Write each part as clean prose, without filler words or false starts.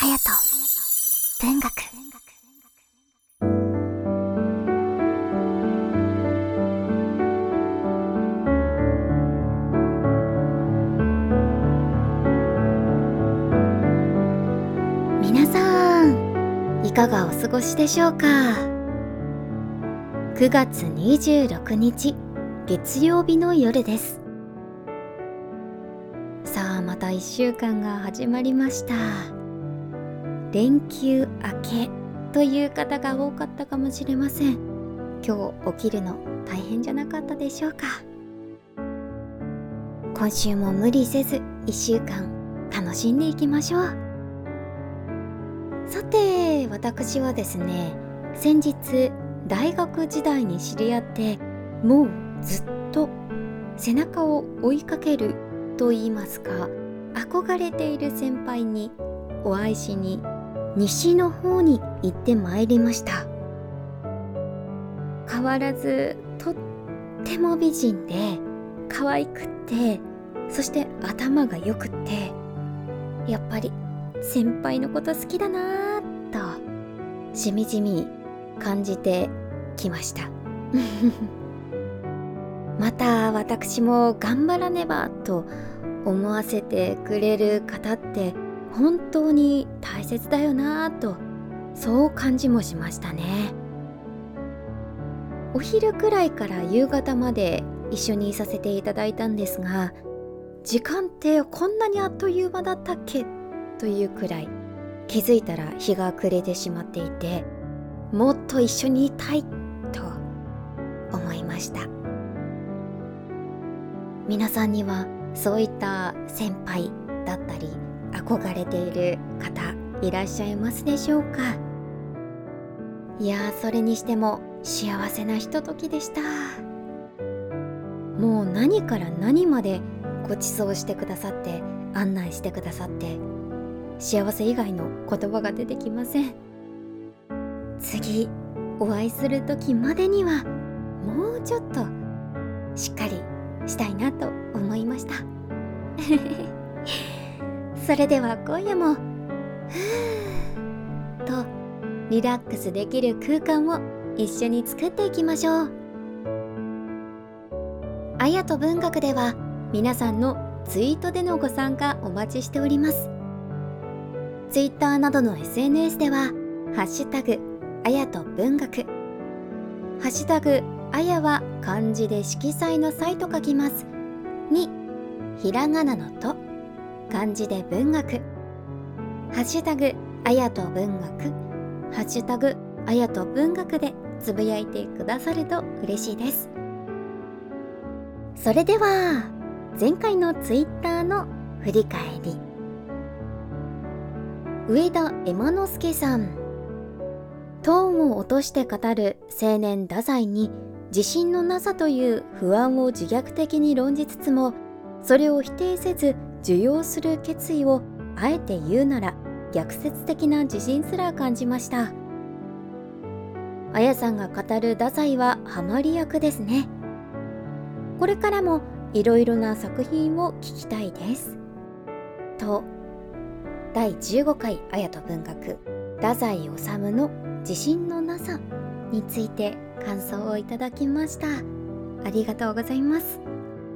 隼人文学。皆さん、いかがお過ごしでしょうか。9月26日月曜日の夜です。さあ、また1週間が始まりました。連休明けという方が多かったかもしれません。今日起きるの大変じゃなかったでしょうか。今週も無理せず1週間楽しんでいきましょう。さて、私はですね、先日大学時代に知り合って、もうずっと背中を追いかけると言いますか、憧れている先輩にお会いしに西の方に行ってまいりました。変わらずとっても美人で可愛くって、そして頭が良くって、やっぱり先輩のこと好きだなぁとしみじみ感じてきましたまた私も頑張らねばと思わせてくれる方って本当に大切だよなぁと、そう感じもしましたね。お昼くらいから夕方まで一緒にいさせていただいたんですが、時間ってこんなにあっという間だったっけというくらい、気づいたら日が暮れてしまっていて、もっと一緒にいたいと思いました。皆さんにはそういった先輩だったり憧れている方いらっしゃいますでしょうか。いや、それにしても幸せなひとときでした。もう何から何までご馳走してくださって、案内してくださって、幸せ以外の言葉が出てきません。次お会いする時までにはもうちょっとしっかりしたいなと思いましたそれでは今夜もとリラックスできる空間を一緒に作っていきましょう。あやと文学では皆さんのツイートでのご参加お待ちしております。ツイッターなどの SNS ではハッシュタグあやと文学、ハッシュタグあやは漢字で色彩の彩と書きますに、ひらがなのと漢字で文学、ハッシュタグあやと文学、ハッシュタグあやと文学でつぶやいてくださると嬉しいです。それでは前回のツイッターの振り返り。上田エマノスケさん、トーンを落として語る青年太宰に自信のなさという不安を自虐的に論じつつも、それを否定せず受容する決意をあえて言うなら逆説的な自信すら感じました。あやさんが語る太宰はハマり役ですね。これからもいろいろな作品を聞きたいですと、第15回あやと文学太宰治の自信のなさについて感想をいただきました。ありがとうございます。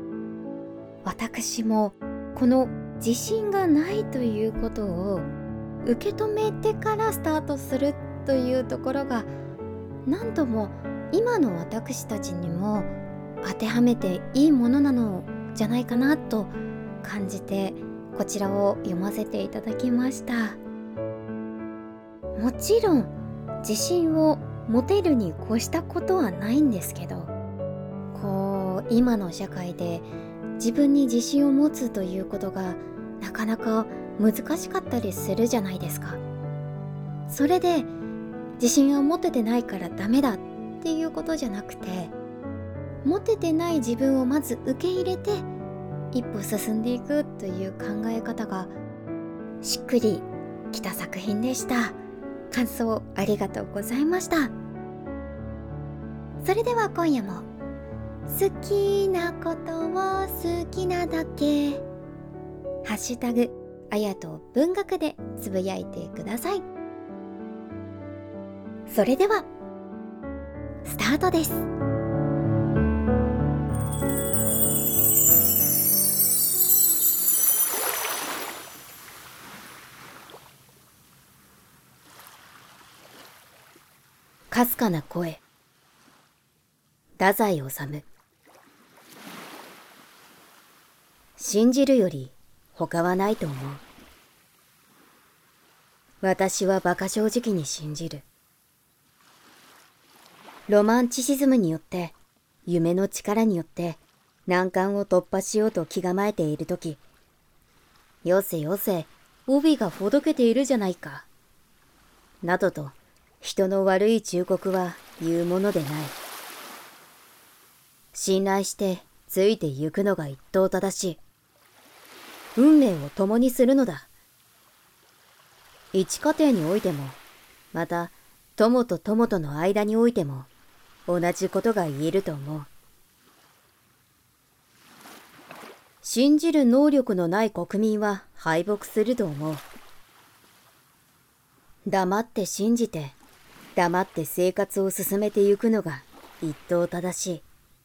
私もこの自信がないということを受け止めてからスタートするというところが、何度も今の私たちにも当てはめていいものなのじゃないかなと感じて、こちらを読ませていただきました。もちろん自信を持てるに越したことはないんですけど、今の社会で自分に自信を持つということがなかなか難しかったりするじゃないですか。それで自信を持ててないからダメだっていうことじゃなくて、持ててない自分をまず受け入れて一歩進んでいくという考え方がしっくりきた作品でした。感想ありがとうございました。それでは今夜も好きなことを好きなだけ、ハッシュタグあやと文学でつぶやいてください。それではスタートです。かすかな声。太宰治。信じるより他はないと思う。私は馬鹿正直に信じる。ロマンチシズムによって、夢の力によって難関を突破しようと気構えているとき、よせよせ、帯がほどけているじゃないか、などと人の悪い忠告は言うものでない。信頼してついてゆくのが一等正しい。運命を共にするのだ。一家庭においても、また友と友との間においても同じことが言えると思う。信じる能力のない国民は敗北すると思う。黙って信じて、黙って生活を進めてゆくのが一等正しい。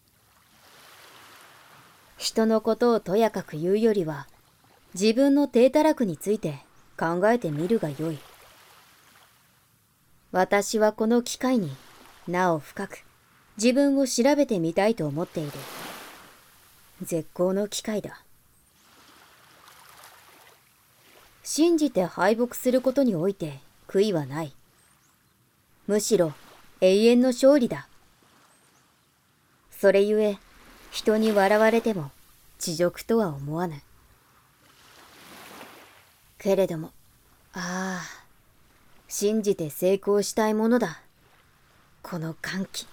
人のことをとやかく言うよりは、自分の体たらくについて考えてみるがよい。私はこの機会になお深く自分を調べてみたいと思っている。絶好の機会だ。信じて敗北することにおいて悔いはない。むしろ永遠の勝利だ。それゆえ人に笑われても恥辱とは思わぬ。けれども、信じて成功したいものだ。この歓喜。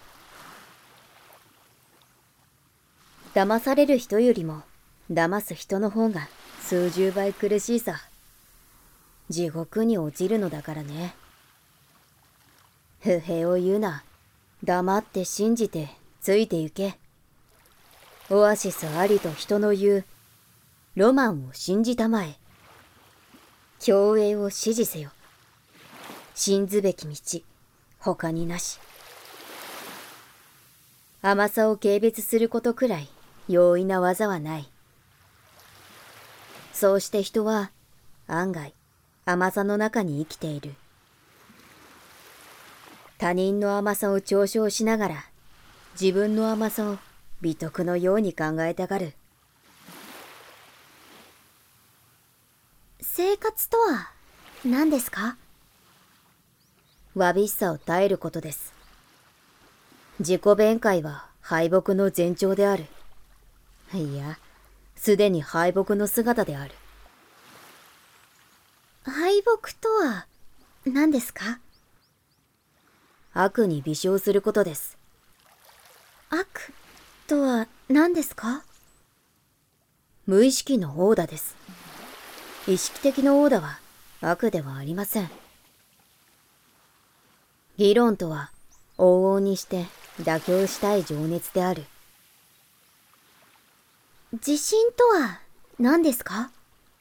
騙される人よりも騙す人の方が数十倍苦しいさ。地獄に落ちるのだからね。不平を言うな。黙って信じてついて行け。オアシスありと人の言うロマンを信じたまえ。共栄を支持せよ。信ずべき道、他になし。甘さを軽蔑することくらい容易な技はない。そうして人は案外甘さの中に生きている。他人の甘さを嘲笑しながら自分の甘さを美徳のように考えたがる。生活とは何ですか？わびしさを耐えることです。自己弁解は敗北の前兆である。いや、すでに敗北の姿である。敗北とは何ですか？悪に微笑することです。悪とは何ですか？無意識の殴打です。意識的な殴打は悪ではありません。議論とは往々にして妥協したい情熱である。自信とは何ですか？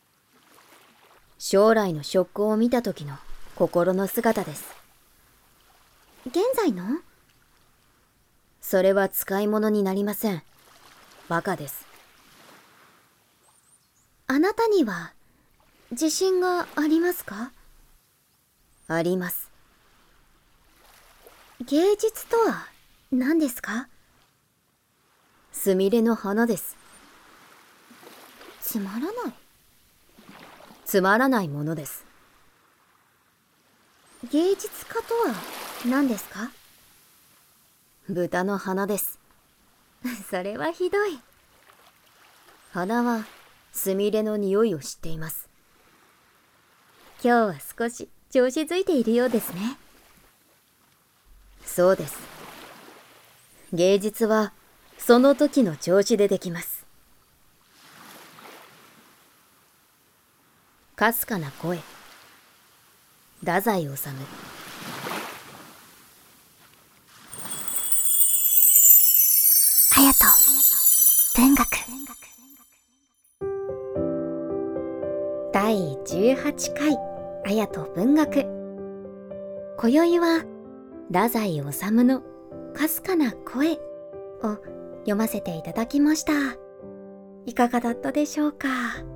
将来の職行を見た時の心の姿です。現在の？それは使い物になりません。バカです。あなたには自信がありますか？あります。芸術とは何ですか？すみれの花です。つまらない。つまらないものです。芸術家とは何ですか？豚の花です。それはひどい。花はすみれの匂いを知っています。今日は少し調子づいているようですね。そうです。芸術はその時の調子でできます。かすかな声。太宰治。隼人文学。太第18回あやと文学。今宵は太宰治のかすかな声を読ませていただきました。いかがだったでしょうか。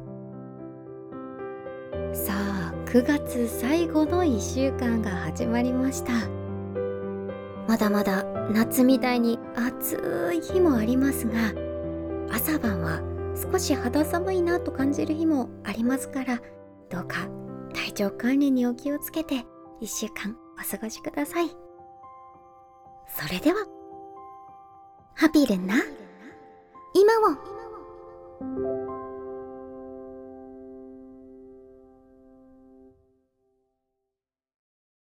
さあ、9月最後の1週間が始まりました。まだまだ夏みたいに暑い日もありますが、朝晩は少し肌寒いなと感じる日もありますから、どうか体調管理にお気をつけて1週間お過ごしください。それでは、ハピルな今を。